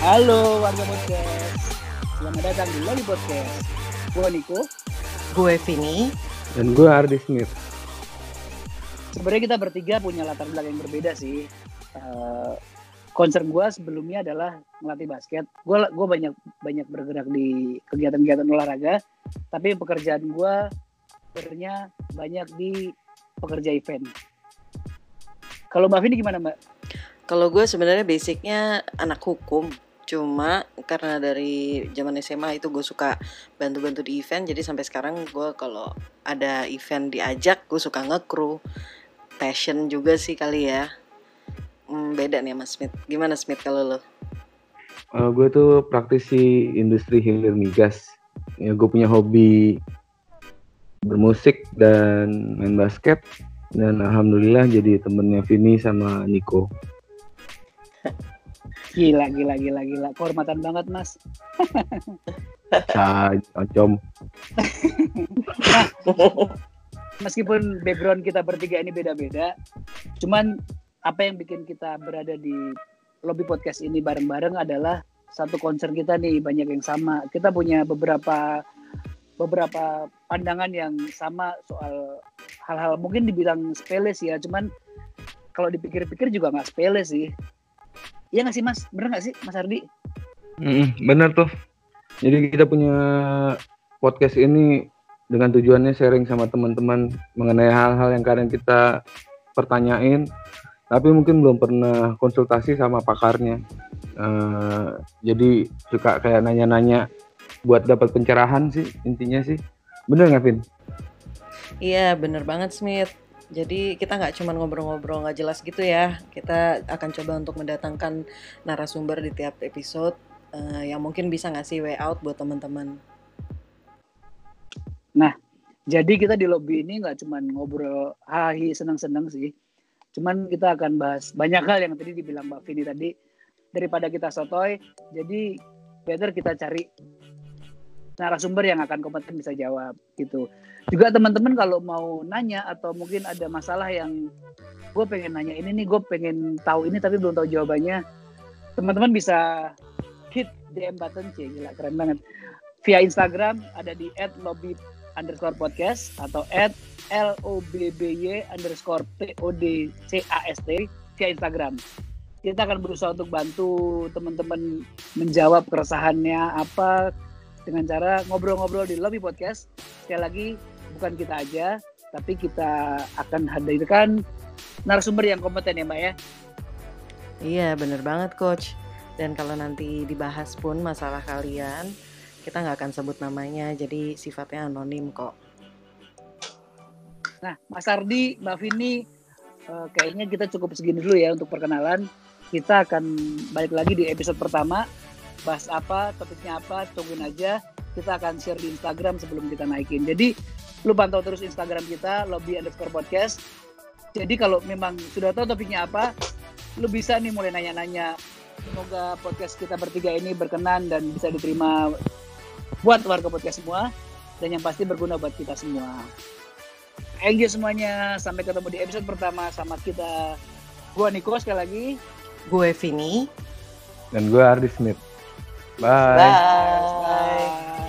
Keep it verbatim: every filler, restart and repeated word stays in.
Halo warga podcast, selamat datang di Lobby Podcast. Gue Niko, gue Vini, dan gue Ardi Smith. Sebenarnya kita bertiga punya latar belakang yang berbeda sih. Uh, concern gue sebelumnya adalah melatih basket. Gue gue banyak banyak bergerak di kegiatan-kegiatan olahraga, tapi pekerjaan gue sebenarnya banyak di pekerja event. Kalau Mbak Vini gimana Mbak? Kalau gue sebenarnya basicnya anak hukum, cuma karena dari zaman S M A itu gue suka bantu-bantu di event, jadi sampai sekarang gue kalau ada event diajak gue suka nge-crew. Passion juga sih kali ya. Hmm, beda nih Mas Smith. Gimana Smith kalau lo? Uh, gue tuh praktisi industri hilir migas. Ya, gue punya hobi bermusik dan main basket, dan alhamdulillah jadi temennya Vini sama Niko. Gila, gila, gila, gila. Kehormatan banget, Mas. Sa, oncom. Nah, meskipun background kita bertiga ini beda-beda, cuman apa yang bikin kita berada di Lobby Podcast ini bareng-bareng adalah satu concern kita nih, banyak yang sama. Kita punya beberapa beberapa pandangan yang sama soal hal-hal mungkin dibilang sepele sih ya, cuman kalau dipikir-pikir juga nggak sepele sih. Iya nggak sih Mas? Bener nggak sih Mas Ardi? Mm, bener tuh. Jadi kita punya podcast ini dengan tujuannya sharing sama teman-teman mengenai hal-hal yang kadang kita pertanyain, tapi mungkin belum pernah konsultasi sama pakarnya. Uh, jadi suka kayak nanya-nanya buat dapat pencerahan sih intinya sih. Bener nggak Vin? Iya bener banget Smith. Jadi kita nggak cuma ngobrol-ngobrol nggak jelas gitu ya. Kita akan coba untuk mendatangkan narasumber di tiap episode uh, yang mungkin bisa ngasih way out buat teman-teman. Nah, jadi kita di lobby ini nggak cuma ngobrol hahi senang-senang sih. Cuman kita akan bahas banyak hal yang tadi dibilang Mbak Vini tadi. Daripada kita sotoy, jadi better kita cari narasumber yang akan kompeten bisa jawab gitu. Juga teman-teman kalau mau nanya atau mungkin ada masalah yang gue pengen nanya ini nih, gue pengen tahu ini tapi belum tahu jawabannya, teman-teman bisa hit D M button, cie gila keren banget, via Instagram ada di at lobby underscore podcast atau at lobby underscore pod cast via Instagram. Kita akan berusaha untuk bantu teman-teman menjawab keresahannya apa dengan cara ngobrol-ngobrol di Lobby Podcast. Sekali lagi, bukan kita aja, tapi kita akan hadirkan narasumber yang kompeten ya Mbak ya. Iya bener banget Coach. Dan kalau nanti dibahas pun masalah kalian, kita nggak akan sebut namanya, jadi sifatnya anonim kok. Nah Mas Ardi, Mbak Vini, eh, kayaknya kita cukup segini dulu ya untuk perkenalan. Kita akan balik lagi di episode pertama. Bahas apa, topiknya apa, tungguin aja. Kita akan share di Instagram sebelum kita naikin. Jadi lu pantau terus Instagram kita lobby underscore podcast. Jadi kalau memang sudah tahu topiknya apa, lu bisa nih mulai nanya-nanya. Semoga podcast kita bertiga ini berkenan dan bisa diterima buat warga podcast semua, dan yang pasti berguna buat kita semua. Thank you semuanya. Sampai ketemu di episode pertama sama kita. Gua Niko sekali lagi. Gue Vini. Dan gue Ardi Smith. Bye. Bye. Bye.